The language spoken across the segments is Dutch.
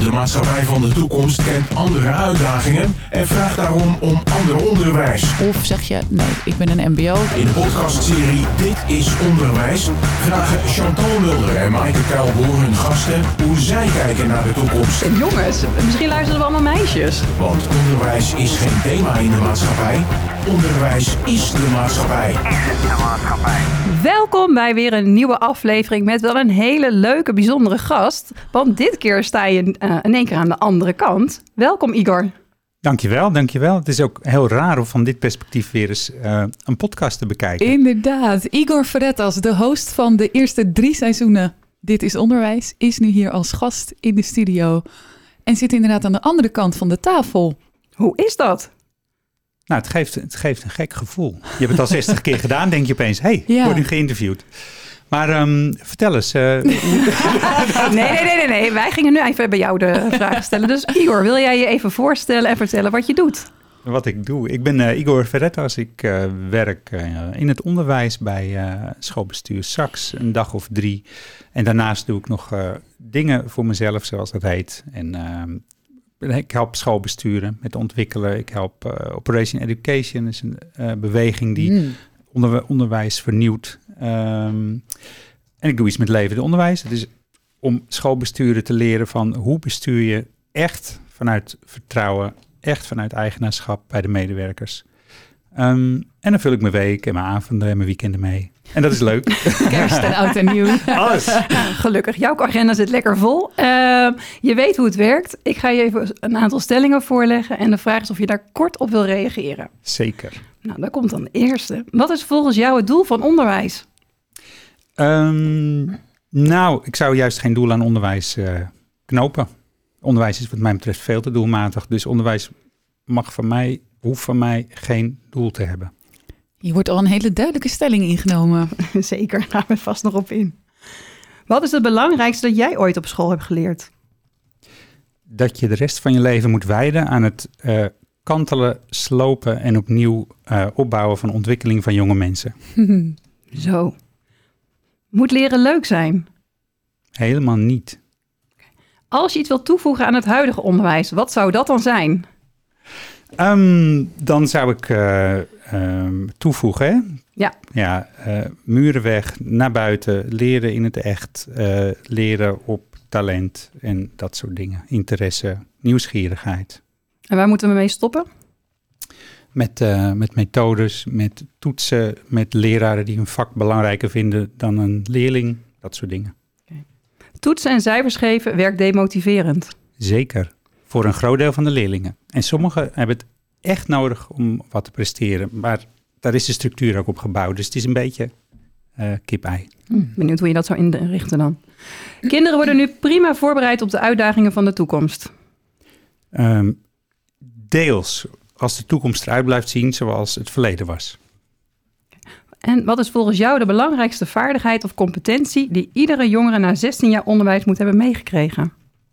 De maatschappij van de toekomst kent andere uitdagingen en vraagt daarom om ander onderwijs. Of zeg je, nee, ik ben een mbo. In de podcastserie Dit is Onderwijs vragen Chantal Mulder en Maaike Kuilboer hun gasten hoe zij kijken naar de toekomst. En jongens, misschien luisteren we allemaal meisjes. Want onderwijs is geen thema in de maatschappij. Onderwijs is de maatschappij. Welkom bij weer een nieuwe aflevering met wel een hele leuke, bijzondere gast. Want dit keer sta je in één keer aan de andere kant. Welkom Igor. Dankjewel. Het is ook heel raar om van dit perspectief weer eens een podcast te bekijken. Inderdaad. Igor Verretas, de host van de eerste 3 seizoenen Dit is Onderwijs, is nu hier als gast in de studio. En zit inderdaad aan de andere kant van de tafel. Hoe is dat? Nou, het geeft een gek gevoel. Je hebt het al 60 keer gedaan, denk je opeens, ik word nu geïnterviewd. Maar vertel eens. Nee. Wij gingen nu even bij jou de vragen stellen. Dus Igor, wil jij je even voorstellen en vertellen wat je doet? Wat ik doe? Ik ben Igor Verretas. Ik werk in het onderwijs bij schoolbestuur SAX een dag of 3. En daarnaast doe ik nog dingen voor mezelf, zoals dat heet. En ik help schoolbesturen met ontwikkelen. Ik help Operation Education. Dat is een beweging die onderwijs vernieuwt. En ik doe iets met levende onderwijs. Het is om schoolbesturen te leren van hoe bestuur je echt vanuit vertrouwen, echt vanuit eigenaarschap bij de medewerkers. En dan vul ik mijn week en mijn avonden en mijn weekenden mee. En dat is leuk. Kerst en oud en nieuw. Alles. Gelukkig, jouw agenda zit lekker vol. Je weet hoe het werkt. Ik ga je even een aantal stellingen voorleggen. En de vraag is of je daar kort op wil reageren. Zeker. Nou, daar komt dan de eerste. Wat is volgens jou het doel van onderwijs? Nou, ik zou juist geen doel aan onderwijs knopen. Onderwijs is wat mij betreft veel te doelmatig. Dus onderwijs hoeft van mij geen doel te hebben. Hier wordt al een hele duidelijke stelling ingenomen. Zeker, daar gaan we vast nog op in. Wat is het belangrijkste dat jij ooit op school hebt geleerd? Dat je de rest van je leven moet wijden aan het kantelen, slopen en opnieuw opbouwen van ontwikkeling van jonge mensen. Zo. Moet leren leuk zijn? Helemaal niet. Als je iets wilt toevoegen aan het huidige onderwijs, wat zou dat dan zijn? Dan zou ik toevoegen, hè? Ja. Muren weg, naar buiten, leren in het echt, leren op talent en dat soort dingen. Interesse, nieuwsgierigheid. En waar moeten we mee stoppen? Met methodes, met toetsen, met leraren die hun vak belangrijker vinden dan een leerling, dat soort dingen. Okay. Toetsen en cijfers geven werkt demotiverend. Zeker, voor een groot deel van de leerlingen. En sommigen hebben het echt nodig om wat te presteren, maar daar is de structuur ook op gebouwd. Dus het is een beetje kip-ei. Benieuwd hoe je dat zou inrichten dan. Kinderen worden nu prima voorbereid op de uitdagingen van de toekomst. Deels, als de toekomst eruit blijft zien zoals het verleden was. En wat is volgens jou de belangrijkste vaardigheid of competentie die iedere jongere na 16 jaar onderwijs moet hebben meegekregen?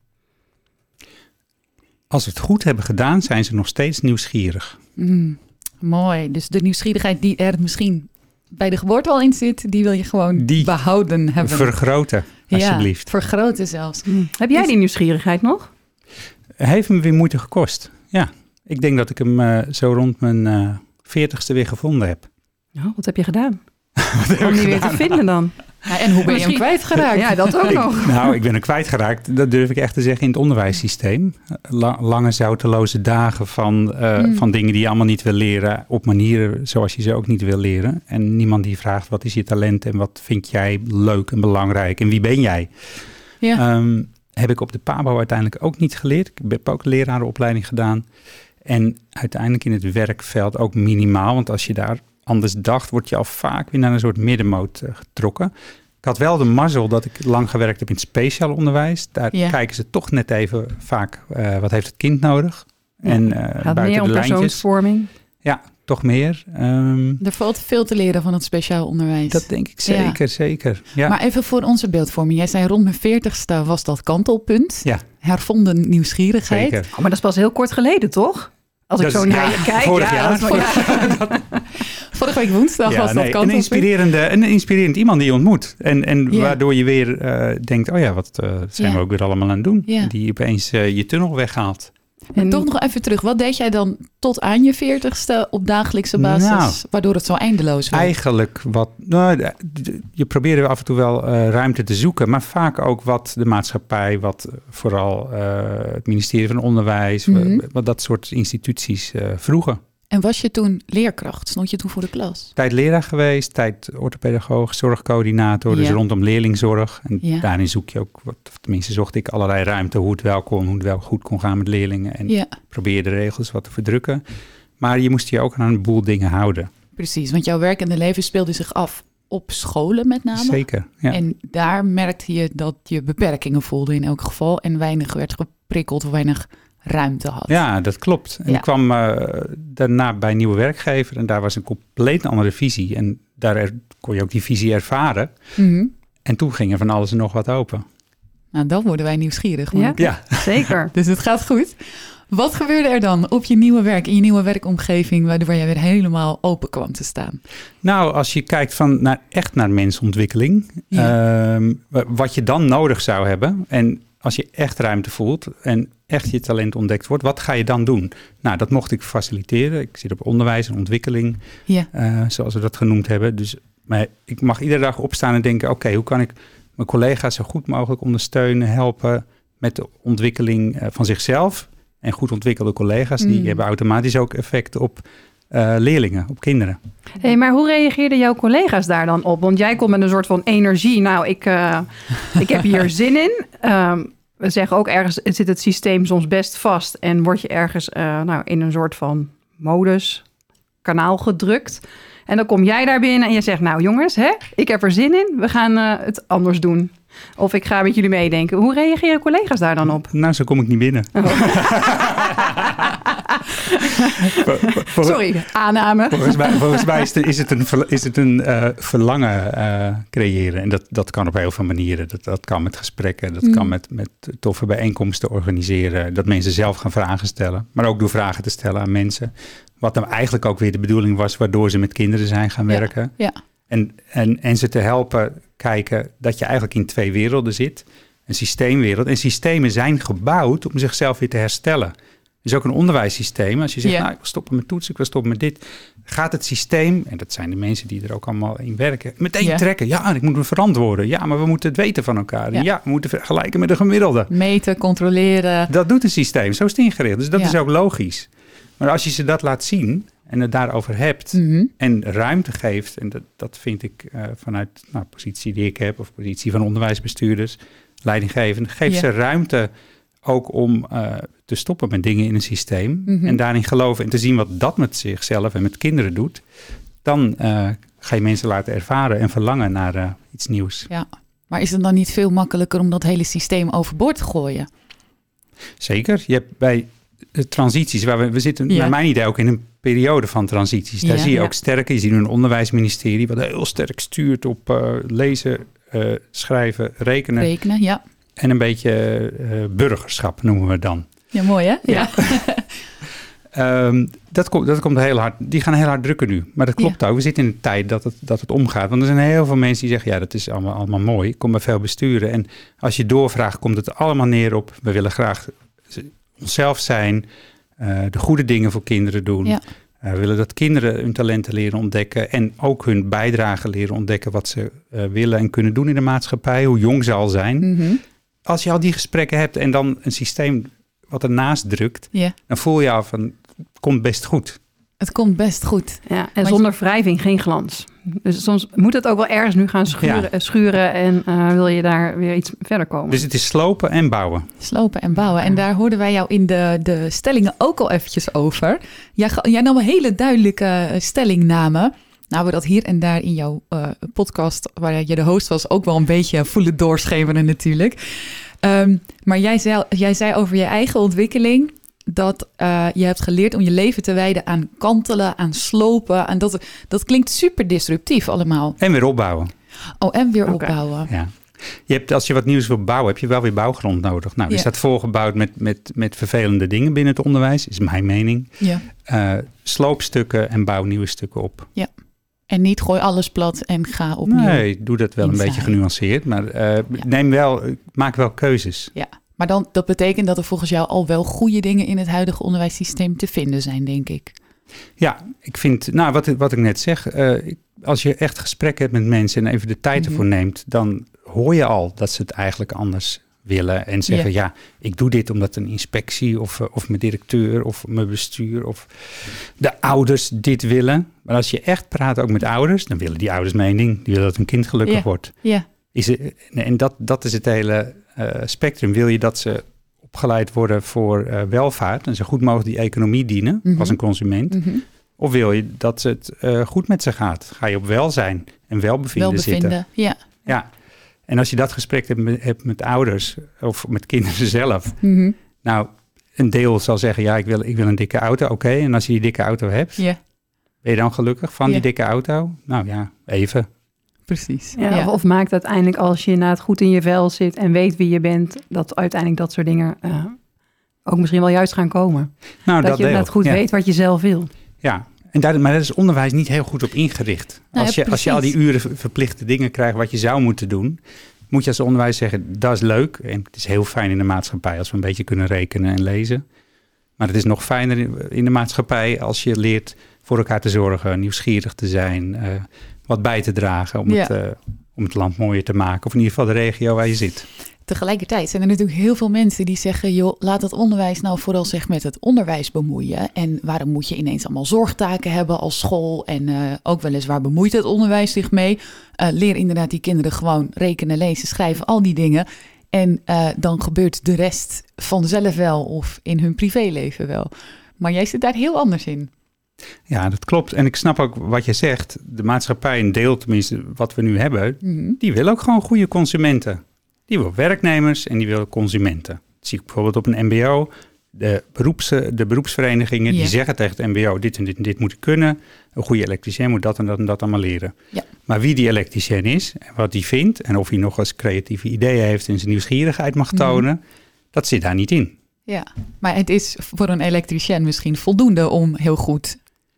Als we het goed hebben gedaan, zijn ze nog steeds nieuwsgierig. Mooi. Dus de nieuwsgierigheid die er misschien bij de geboorte al in zit, die wil je gewoon behouden hebben. Vergroten, alsjeblieft. Ja, vergroten zelfs. Heb jij die nieuwsgierigheid nog? Heeft me weer moeite gekost. Ja, ik denk dat ik hem zo rond mijn 40ste weer gevonden heb. Nou, wat heb je gedaan? Om die weer te vinden dan? Ja, en hoe ben je hem kwijtgeraakt? Ja, dat ook nog. Nou, ik ben hem kwijtgeraakt. Dat durf ik echt te zeggen in het onderwijssysteem. Lange zouteloze dagen van dingen die je allemaal niet wil leren. Op manieren zoals je ze ook niet wil leren. En niemand die vraagt wat is je talent en wat vind jij leuk en belangrijk en wie ben jij? Ja. Heb ik op de PABO uiteindelijk ook niet geleerd. Ik heb ook een lerarenopleiding gedaan. En uiteindelijk in het werkveld ook minimaal. Want als je daar anders dacht, word je al vaak weer naar een soort middenmoot getrokken. Ik had wel de mazzel dat ik lang gewerkt heb in het speciaal onderwijs. Daar kijken ze toch net even vaak, wat heeft het kind nodig? Ja, en gaat buiten meer om persoonsvorming. Ja, toch meer. Er valt veel te leren van het speciaal onderwijs. Dat denk ik zeker. Ja. Maar even voor onze beeldvorming. Jij zei rond mijn 40ste was dat kantelpunt. Ja. Hervonden nieuwsgierigheid. Zeker. Oh, maar dat is pas heel kort geleden, toch? Als ik zo naar je kijk. Vorig jaar. Vorige week woensdag was dat kantelpunt. Een inspirerend iemand die je ontmoet. En Ja. waardoor je weer denkt, wat zijn we ook weer allemaal aan het doen. Ja. Die opeens je tunnel weghaalt. En toch nog even terug. Wat deed jij dan tot aan je 40ste op dagelijkse basis, Nou, waardoor het zo eindeloos werd? Eigenlijk je probeerde af en toe wel ruimte te zoeken, maar vaak ook wat de maatschappij, wat vooral het ministerie van Onderwijs, wat dat soort instituties vroegen. En was je toen leerkracht? Stond je toen voor de klas? Tijd leraar geweest, tijd orthopedagoog, zorgcoördinator, dus rondom leerlingzorg. En daarin zoek je ook, tenminste zocht ik allerlei ruimte, hoe het wel goed kon gaan met leerlingen. En probeer de regels wat te verdrukken. Maar je moest je ook aan een boel dingen houden. Precies, want jouw werkende leven speelde zich af op scholen met name. Zeker, ja. En daar merkte je dat je beperkingen voelde in elk geval en weinig werd geprikkeld of weinig ruimte had. Ja, dat klopt. En ik kwam daarna bij een nieuwe werkgever en daar was een compleet andere visie. En daar kon je ook die visie ervaren. Mm-hmm. En toen ging er van alles en nog wat open. Nou, dan worden wij nieuwsgierig. Ja, zeker. Dus het gaat goed. Wat gebeurde er dan op je nieuwe werk, in je nieuwe werkomgeving, waardoor jij weer helemaal open kwam te staan? Nou, als je kijkt echt naar mensontwikkeling, wat je dan nodig zou hebben, en als je echt ruimte voelt en echt je talent ontdekt wordt, wat ga je dan doen? Nou, dat mocht ik faciliteren. Ik zit op onderwijs en ontwikkeling, zoals we dat genoemd hebben. Dus maar ik mag iedere dag opstaan en denken, oké, hoe kan ik mijn collega's zo goed mogelijk ondersteunen, helpen met de ontwikkeling van zichzelf. En goed ontwikkelde collega's, die hebben automatisch ook effect op leerlingen, op kinderen. Hey, maar hoe reageerden jouw collega's daar dan op? Want jij komt met een soort van energie. Nou, ik heb hier zin in. We zeggen ook ergens zit het systeem soms best vast en word je ergens in een soort van kanaal gedrukt. En dan kom jij daar binnen en je zegt, nou jongens, ik heb er zin in. We gaan het anders doen. Of ik ga met jullie meedenken. Hoe reageren collega's daar dan op? Nou, zo kom ik niet binnen. Oh. Sorry, aanname. Volgens mij is het een verlangen creëren. En dat kan op heel veel manieren. Dat kan met gesprekken. Dat kan met toffe bijeenkomsten organiseren. Dat mensen zelf gaan vragen stellen. Maar ook door vragen te stellen aan mensen. Wat dan eigenlijk ook weer de bedoeling was, waardoor ze met kinderen zijn gaan werken. Ja. En ze te helpen kijken dat je eigenlijk in twee werelden zit. Een systeemwereld. En systemen zijn gebouwd om zichzelf weer te herstellen. Dus ook een onderwijssysteem. Als je zegt, nou, ik wil stoppen met toetsen, ik wil stoppen met dit. Gaat het systeem, en dat zijn de mensen die er ook allemaal in werken, meteen trekken. Ja, ik moet me verantwoorden. Ja, maar we moeten het weten van elkaar. Ja, we moeten vergelijken met de gemiddelde. Meten, controleren. Dat doet een systeem. Zo is het ingericht. Dus dat is ook logisch. Maar als je ze dat laat zien en het daarover hebt en ruimte geeft, en dat vind ik vanuit positie die ik heb, of positie van onderwijsbestuurders, leidinggevend, geef ze ruimte ook om te stoppen met dingen in een systeem en daarin geloven en te zien wat dat met zichzelf en met kinderen doet, dan ga je mensen laten ervaren en verlangen naar iets nieuws. Ja, maar is het dan niet veel makkelijker om dat hele systeem overboord te gooien? Zeker. Je hebt bij transities, waar we zitten naar mijn idee ook in een periode van transities. Daar zie je ook sterker. Je ziet nu een onderwijsministerie wat heel sterk stuurt op lezen, schrijven, rekenen. En een beetje burgerschap noemen we dan. Ja, mooi hè? Ja. Dat komt heel hard. Die gaan heel hard drukken nu. Maar dat klopt ook. We zitten in een tijd dat het omgaat. Want er zijn heel veel mensen die zeggen, ja, dat is allemaal mooi. Ik kom bij veel besturen. En als je doorvraagt, komt het allemaal neer op, we willen graag onszelf zijn, de goede dingen voor kinderen doen. Ja. We willen dat kinderen hun talenten leren ontdekken en ook hun bijdrage leren ontdekken wat ze willen en kunnen doen in de maatschappij, hoe jong ze al zijn. Als je al die gesprekken hebt en dan een systeem wat ernaast drukt, dan voel je af van, het komt best goed. Het komt best goed. Ja, en zonder wrijving geen glans. Dus soms moet het ook wel ergens nu gaan schuren en wil je daar weer iets verder komen. Dus het is slopen en bouwen. Slopen en bouwen. En daar hoorden wij jou in de stellingen ook al eventjes over. Jij nam een hele duidelijke stellingname. Nou, we dat hier en daar in jouw podcast, waar je de host was, ook wel een beetje voelen doorschemeren natuurlijk. Maar jij zei over je eigen ontwikkeling dat je hebt geleerd om je leven te wijden aan kantelen, aan slopen. En dat klinkt super disruptief allemaal. En weer opbouwen. Oh, en weer opbouwen. Ja. Als je wat nieuws wil bouwen, heb je wel weer bouwgrond nodig. Nou, is dat volgebouwd met vervelende dingen binnen het onderwijs, is mijn mening. Ja. Sloopstukken en bouw nieuwe stukken op. Ja. En niet gooi alles plat en ga opnieuw. Nee, doe dat wel een beetje genuanceerd. Maar maak wel keuzes. Ja, maar dan, dat betekent dat er volgens jou al wel goede dingen in het huidige onderwijssysteem te vinden zijn, denk ik. Ja, ik vind, wat ik net zeg, als je echt gesprek hebt met mensen en even de tijd ervoor neemt, dan hoor je al dat ze het eigenlijk anders willen en zeggen, ik doe dit omdat een inspectie of mijn directeur of mijn bestuur of de ouders dit willen. Maar als je echt praat ook met ouders, dan willen die ouders maar één ding, die willen dat hun kind gelukkig wordt. Ja. En dat is het hele spectrum. Wil je dat ze opgeleid worden voor welvaart en zo goed mogelijk die economie dienen als een consument? Of wil je dat het goed met ze gaat? Ga je op welzijn en welbevinden zitten? Ja. En als je dat gesprek hebt met ouders of met kinderen zelf. Nou, een deel zal zeggen, ik wil een dikke auto. Oké, en als je die dikke auto hebt, ben je dan gelukkig van die dikke auto? Nou ja, even. Precies. Ja, of maakt uiteindelijk als je inderdaad goed in je vel zit en weet wie je bent, dat uiteindelijk dat soort dingen ook misschien wel juist gaan komen. Nou, dat je inderdaad goed weet wat je zelf wil. Ja, maar daar is onderwijs niet heel goed op ingericht. Als je al die uren verplichte dingen krijgt wat je zou moeten doen, moet je als onderwijs zeggen, dat is leuk. En het is heel fijn in de maatschappij als we een beetje kunnen rekenen en lezen. Maar het is nog fijner in de maatschappij als je leert voor elkaar te zorgen, nieuwsgierig te zijn, wat bij te dragen om het land mooier te maken. Of in ieder geval de regio waar je zit. Tegelijkertijd zijn er natuurlijk heel veel mensen die zeggen, joh, laat het onderwijs nou vooral zich met het onderwijs bemoeien. En waarom moet je ineens allemaal zorgtaken hebben als school? En ook weliswaar bemoeit het onderwijs zich mee. Leer inderdaad die kinderen gewoon rekenen, lezen, schrijven, al die dingen. En dan gebeurt de rest vanzelf wel of in hun privéleven wel. Maar jij zit daar heel anders in. Ja, dat klopt. En ik snap ook wat je zegt. De maatschappij, een deel tenminste wat we nu hebben, die wil ook gewoon goede consumenten. Die wil werknemers en die wil consumenten. Dat zie ik bijvoorbeeld op een mbo. De beroepsverenigingen die zeggen tegen het mbo, dit en dit en dit moet ik kunnen. Een goede elektricien moet dat en dat en dat allemaal leren. Ja. Maar wie die elektricien is en wat hij vindt en of hij nog eens creatieve ideeën heeft en zijn nieuwsgierigheid mag tonen, dat zit daar niet in. Ja, maar het is voor een elektricien misschien voldoende om heel goed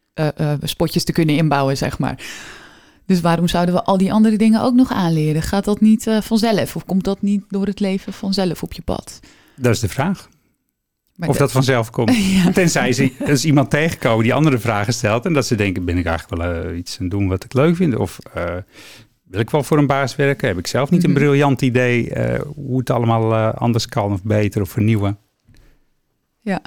spotjes te kunnen inbouwen, zeg maar. Dus waarom zouden we al die andere dingen ook nog aanleren? Gaat dat niet vanzelf? Of komt dat niet door het leven vanzelf op je pad? Dat is de vraag. Maar of dat vanzelf komt. Ja. Tenzij ze als iemand tegenkomen die andere vragen stelt en dat ze denken, ben ik eigenlijk wel iets aan doen wat ik leuk vind? Of wil ik wel voor een baas werken? Heb ik zelf niet een briljant idee hoe het allemaal anders kan of beter of vernieuwen? Ja,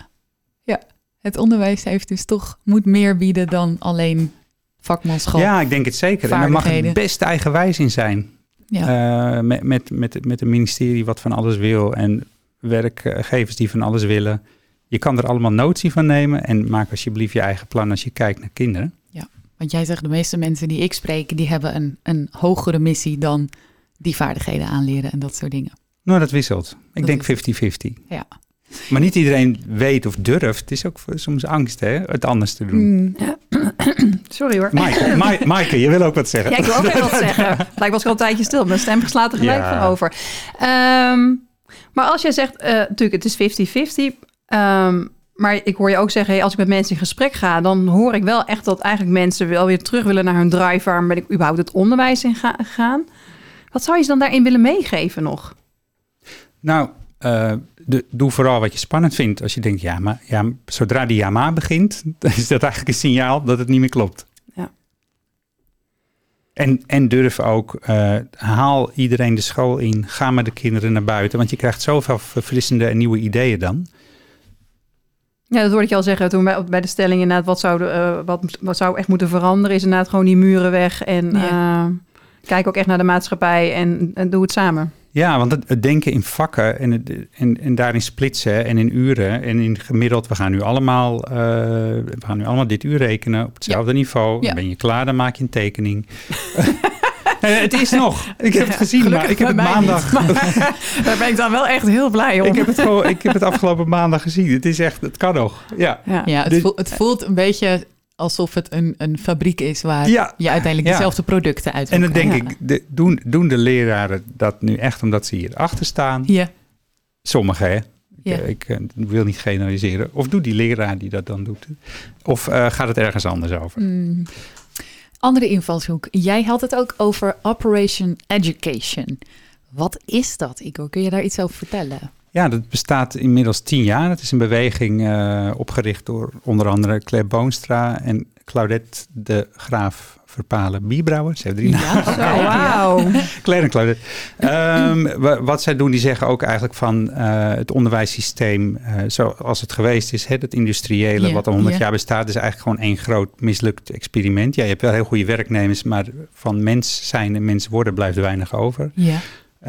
het onderwijs heeft dus moet meer bieden dan alleen vakmanschap. Ja, ik denk het zeker. En daar mag het best eigenwijs in zijn. Ja. Met een ministerie wat van alles wil en werkgevers die van alles willen. Je kan er allemaal notie van nemen en maak alsjeblieft je eigen plan als je kijkt naar kinderen. Ja, want jij zegt de meeste mensen die ik spreek, die hebben een hogere missie dan die vaardigheden aanleren en dat soort dingen. Nou, dat wisselt. Ik denk 50-50. Ja. Maar niet iedereen weet of durft. Het is ook soms angst, hè, het anders te doen. Ja. Sorry hoor. Maaike, je wil ook wat zeggen. Ja, ik wil ook even wat zeggen. Lijkt was al een tijdje stil. Mijn stem slaat er gelijk van over. Maar als jij zegt, natuurlijk, het is 50-50. Maar ik hoor je ook zeggen, als ik met mensen in gesprek ga, dan hoor ik wel echt dat eigenlijk mensen wel weer terug willen naar hun drive. Waarom ben ik überhaupt het onderwijs in gaan? Wat zou je ze dan daarin willen meegeven nog? Nou, doe vooral wat je spannend vindt. Als je denkt, zodra die ja-maar begint, dan is dat eigenlijk een signaal dat het niet meer klopt. Ja. En durf ook, haal iedereen de school in, ga met de kinderen naar buiten, want je krijgt zoveel verfrissende en nieuwe ideeën dan. Ja, dat hoorde ik je al zeggen toen bij de stelling inderdaad, wat zou echt moeten veranderen, is inderdaad gewoon die muren weg en kijk ook echt naar de maatschappij en doe het samen. Ja, want het denken in vakken en daarin splitsen en in uren en in gemiddeld, we gaan nu allemaal dit uur rekenen op hetzelfde niveau. Ja. Dan ben je klaar, dan maak je een tekening. Het is nog. Ik heb het gezien, maar ik heb het maandag. Daar ben ik dan wel echt heel blij om. Ik heb het afgelopen maandag gezien. Het is echt, het kan nog. Ja, het voelt een beetje alsof het een fabriek is waar je uiteindelijk dezelfde producten uit En dan denk ik, doen de leraren dat nu echt omdat ze hier achter staan? Ja. Sommigen, hè? Ja. Ik wil niet generaliseren. Of doet die leraar die dat dan doet? Of gaat het ergens anders over? Andere invalshoek. Jij had het ook over Operation Education. Wat is dat, Igor? Kun je daar iets over vertellen? Ja, dat bestaat inmiddels 10 jaar. Het is een beweging opgericht door onder andere Claire Boonstra en Claudette de Graaf Verpalen Bierbrouwer. Ze hebben 3 namen. Wauw. Claire en Claudette. Wat zij doen, die zeggen ook eigenlijk van het onderwijssysteem zoals het geweest is. Het industriële wat al 100 jaar bestaat, is eigenlijk gewoon één groot mislukt experiment. Ja, je hebt wel heel goede werknemers, maar van mens zijn en mens worden blijft weinig over. Ja.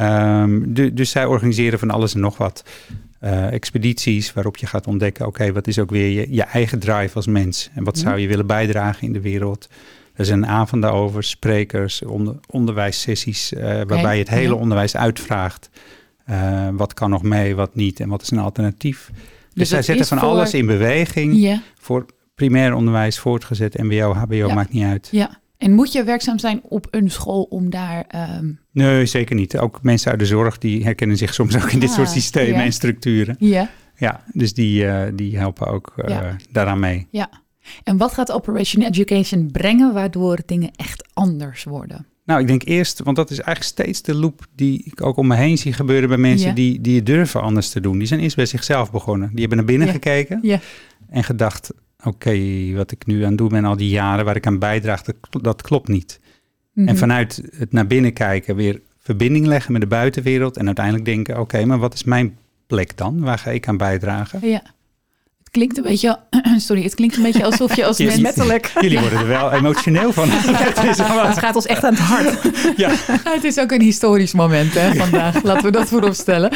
Dus zij organiseren van alles en nog wat expedities waarop je gaat ontdekken, oké, wat is ook weer je eigen drive als mens en wat zou je willen bijdragen in de wereld. Er zijn avonden over, sprekers, onderwijssessies waarbij je het hele onderwijs uitvraagt. Wat kan nog mee, wat niet en wat is een alternatief. Dus zij zetten van alles in beweging voor primair onderwijs, voortgezet, mbo, hbo, maakt niet uit. Ja. En moet je werkzaam zijn op een school om daar... Nee, zeker niet. Ook mensen uit de zorg die herkennen zich soms ook in dit soort systemen en structuren. Ja, dus die helpen ook daaraan mee. Ja. En wat gaat Operation Education brengen waardoor dingen echt anders worden? Nou, ik denk eerst, want dat is eigenlijk steeds de loop die ik ook om me heen zie gebeuren bij mensen die het durven anders te doen. Die zijn eerst bij zichzelf begonnen. Die hebben naar binnen gekeken en gedacht, oké, wat ik nu aan het doen ben al die jaren waar ik aan bijdraag, dat klopt niet. En vanuit het naar binnen kijken weer verbinding leggen met de buitenwereld en uiteindelijk denken, oké, maar wat is mijn plek dan? Waar ga ik aan bijdragen? Ja. Het klinkt een beetje alsof je als mens... Letterlijk. Jullie worden er wel emotioneel van. Het gaat ons echt aan het hart. Ja. Het is ook een historisch moment vandaag. Laten we dat voorop stellen.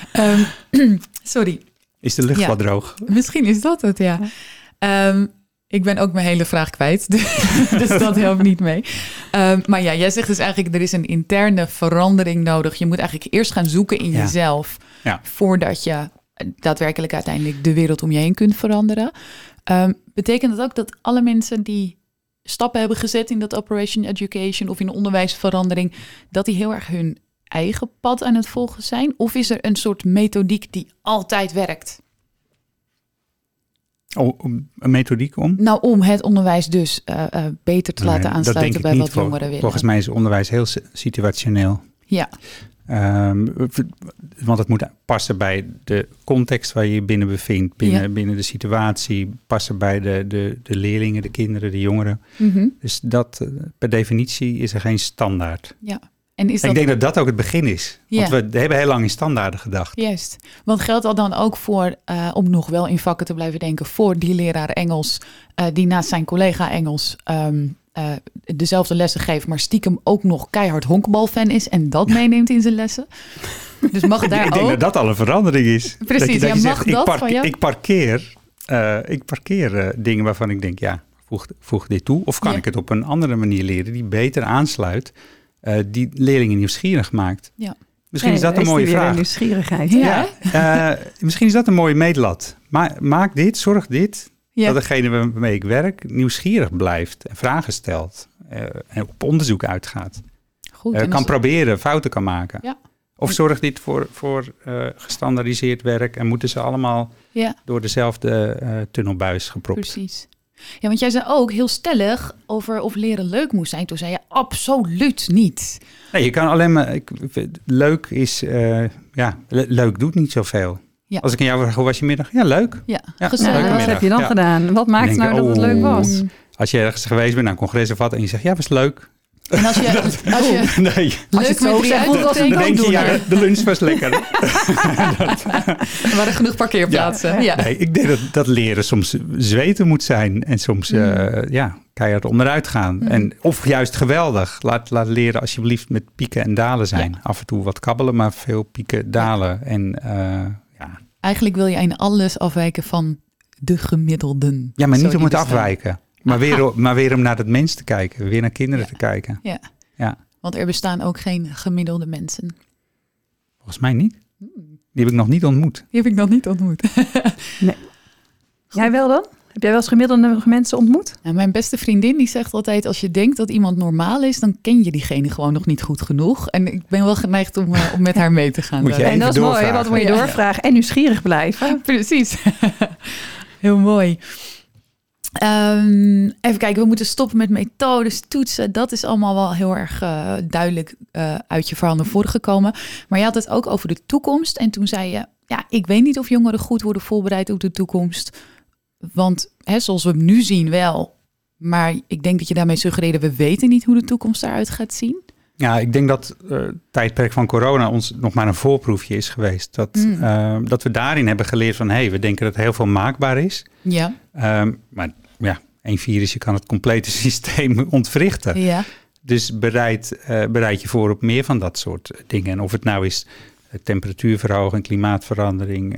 Sorry. Is de lucht wat droog? Misschien is dat het, ja. Ik ben ook mijn hele vraag kwijt, dus dat helpt niet mee. Maar ja, jij zegt dus eigenlijk, er is een interne verandering nodig. Je moet eigenlijk eerst gaan zoeken in jezelf, voordat je daadwerkelijk uiteindelijk de wereld om je heen kunt veranderen. Betekent dat ook dat alle mensen die stappen hebben gezet in dat Operation Education of in onderwijsverandering, dat die heel erg hun eigen pad aan het volgen zijn? Of is er een soort methodiek die altijd werkt? Een methodiek om? Nou, om het onderwijs dus beter te laten aansluiten bij wat jongeren willen. Volgens mij is onderwijs heel situationeel. Ja. Want het moet passen bij de context waar je je binnen bevindt. Binnen de situatie, passen bij de leerlingen, de kinderen, de jongeren. Mm-hmm. Dus dat per definitie is er geen standaard. Ja. Ik denk dat dat ook het begin is. Want we hebben heel lang in standaarden gedacht. Juist. Want geldt dat dan ook voor, om nog wel in vakken te blijven denken, voor die leraar Engels, die naast zijn collega Engels dezelfde lessen geeft, maar stiekem ook nog keihard honkbalfan is en dat meeneemt in zijn lessen? Dus mag daar ik denk dat dat al een verandering is. Precies, dat je mag zegt, dat van jou? Ik parkeer dingen waarvan ik denk, voeg dit toe. Of kan ik het op een andere manier leren die beter aansluit, die leerlingen nieuwsgierig maakt. Ja. Misschien is dat een mooie vraag. Nieuwsgierigheid. Misschien is dat een mooie meetlat. Maak dit, zorg dit, dat degene waarmee ik werk nieuwsgierig blijft en vragen stelt en op onderzoek uitgaat. Goed, kan proberen, fouten kan maken. Ja. Of zorg dit voor gestandaardiseerd werk en moeten ze allemaal door dezelfde tunnelbuis gepropt. Precies. Ja, want jij zei ook heel stellig over of leren leuk moest zijn. Toen zei je absoluut niet. Nee, je kan alleen maar... leuk is... leuk doet niet zoveel. Ja. Als ik aan jou vraag, hoe was je middag? Ja, leuk. Ja, wat heb je dan gedaan? Wat maakt nou dat het leuk was? Als je ergens geweest bent, naar een congres of wat, en je zegt, was leuk. En als je het zo zegt, dan denk je, de lunch was lekker. Er waren genoeg parkeerplaatsen. Ja. Nee, ik denk dat leren soms zweten moet zijn en soms keihard onderuit gaan. Of juist geweldig. Laat leren alsjeblieft met pieken en dalen zijn. Ja. Af en toe wat kabbelen, maar veel pieken, dalen. Eigenlijk wil je in alles afwijken van de gemiddelden. Ja, maar niet om het afwijken. Maar weer om naar het mens te kijken. Weer naar kinderen te kijken. Ja. Want er bestaan ook geen gemiddelde mensen. Volgens mij niet. Die heb ik nog niet ontmoet. Nee. Jij wel dan? Heb jij wel eens gemiddelde mensen ontmoet? Nou, mijn beste vriendin die zegt altijd, als je denkt dat iemand normaal is, dan ken je diegene gewoon nog niet goed genoeg. En ik ben wel geneigd om met haar mee te gaan. En dat is mooi, wat moet je doorvragen en nieuwsgierig blijven. Precies. Heel mooi. Even kijken, we moeten stoppen met methodes, toetsen. Dat is allemaal wel heel erg duidelijk uit je verhaal naar voren gekomen. Maar je had het ook over de toekomst. En toen zei je, ik weet niet of jongeren goed worden voorbereid op de toekomst. Want zoals we hem nu zien wel. Maar ik denk dat je daarmee suggereerde, we weten niet hoe de toekomst eruit gaat zien. Ja, ik denk dat het tijdperk van corona ons nog maar een voorproefje is geweest. Dat we daarin hebben geleerd van, we denken dat heel veel maakbaar is. Ja. Maar ja, één virusje kan het complete systeem ontwrichten. Ja. Dus bereid je voor op meer van dat soort dingen. En of het nou is temperatuurverhoging, klimaatverandering,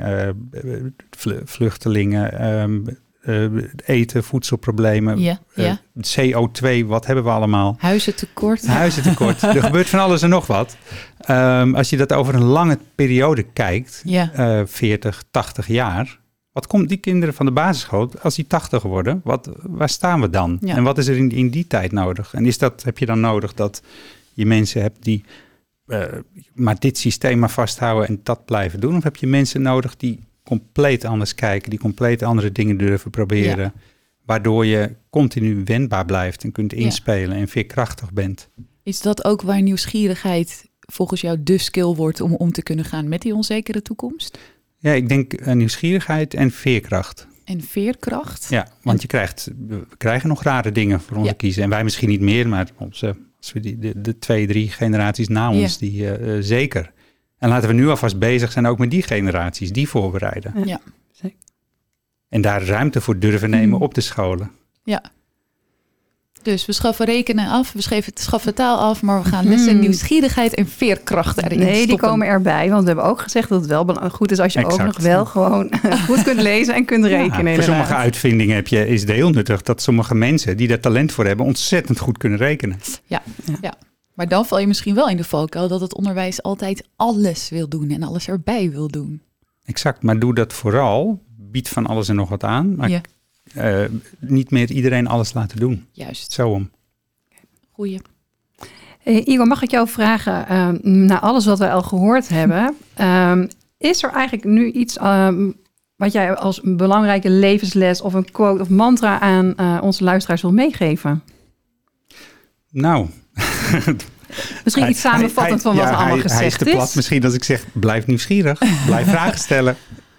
vluchtelingen, eten, voedselproblemen, CO2, wat hebben we allemaal? Huizentekort. Er gebeurt van alles en nog wat. Als je dat over een lange periode kijkt, 40, 80 jaar... Wat komt die kinderen van de basisschool, als die 80 worden, waar staan we dan? Ja. En wat is er in die tijd nodig? En heb je dan nodig dat je mensen hebt die maar dit systeem maar vasthouden en dat blijven doen? Of heb je mensen nodig die compleet anders kijken, die compleet andere dingen durven proberen, waardoor je continu wendbaar blijft en kunt inspelen en veerkrachtig bent? Is dat ook waar nieuwsgierigheid volgens jou de skill wordt om te kunnen gaan met die onzekere toekomst? Ja, ik denk nieuwsgierigheid en veerkracht. En veerkracht? Ja, want we krijgen nog rare dingen voor ons te kiezen. En wij misschien niet meer, maar als we de 2, 3 generaties na ons, die zeker. En laten we nu alvast bezig zijn ook met die generaties, die voorbereiden. Ja. En daar ruimte voor durven nemen op de scholen. Ja. Dus we schaffen rekenen af, we schaffen taal af, maar we gaan lessen nieuwsgierigheid en veerkracht erin stoppen. Die komen erbij, want we hebben ook gezegd dat het wel goed is als je ook nog wel gewoon goed kunt lezen en kunt rekenen. Voor sommige uitvindingen is het heel nuttig dat sommige mensen die daar talent voor hebben ontzettend goed kunnen rekenen. Ja. Maar dan val je misschien wel in de valkuil dat het onderwijs altijd alles wil doen en alles erbij wil doen. Exact, maar doe dat vooral, bied van alles en nog wat aan, maar niet meer iedereen alles laten doen. Juist. Zo om. Goeie. Igor, mag ik jou vragen, na alles wat we al gehoord hebben, is er eigenlijk nu iets wat jij als een belangrijke levensles of een quote of mantra aan onze luisteraars wil meegeven? Nou... Misschien iets samenvattend van wat er allemaal gezegd is. Hij is te plat misschien als ik zeg, blijf nieuwsgierig, blijf vragen stellen.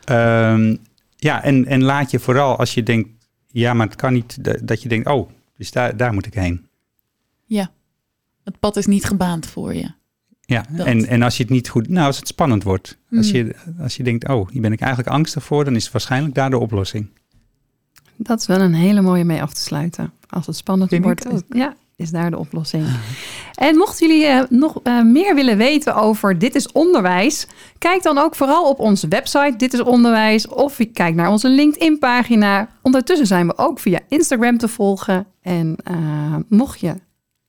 En laat je vooral als je denkt, maar het kan niet, dat je denkt, dus daar moet ik heen. Ja, het pad is niet gebaand voor je. Ja, en als je het niet goed, als het spannend wordt. Als je denkt, hier ben ik eigenlijk angstig voor, dan is het waarschijnlijk daar de oplossing. Dat is wel een hele mooie mee af te sluiten. Als het spannend wordt, is daar de oplossing. En mochten jullie nog meer willen weten over Dit is Onderwijs, kijk dan ook vooral op onze website Dit is Onderwijs of kijk naar onze LinkedIn-pagina. Ondertussen zijn we ook via Instagram te volgen. En mocht je...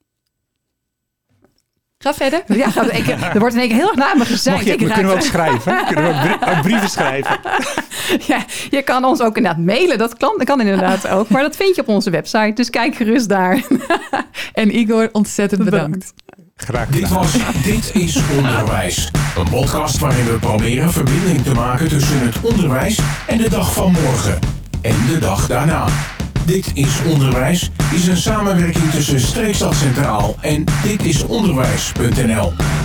Ga verder. Ja, er wordt in één keer heel erg naar me gezegd. We kunnen ook schrijven. Kunnen we ook brieven schrijven. Ja, je kan ons ook inderdaad mailen. Dat kan inderdaad ook. Maar dat vind je op onze website. Dus kijk gerust daar. En Igor, ontzettend bedankt. Graag gedaan. Dit is Onderwijs. Een podcast waarin we proberen verbinding te maken tussen het onderwijs en de dag van morgen. En de dag daarna. Dit is Onderwijs is een samenwerking tussen Streekstad Centraal en ditisonderwijs.nl.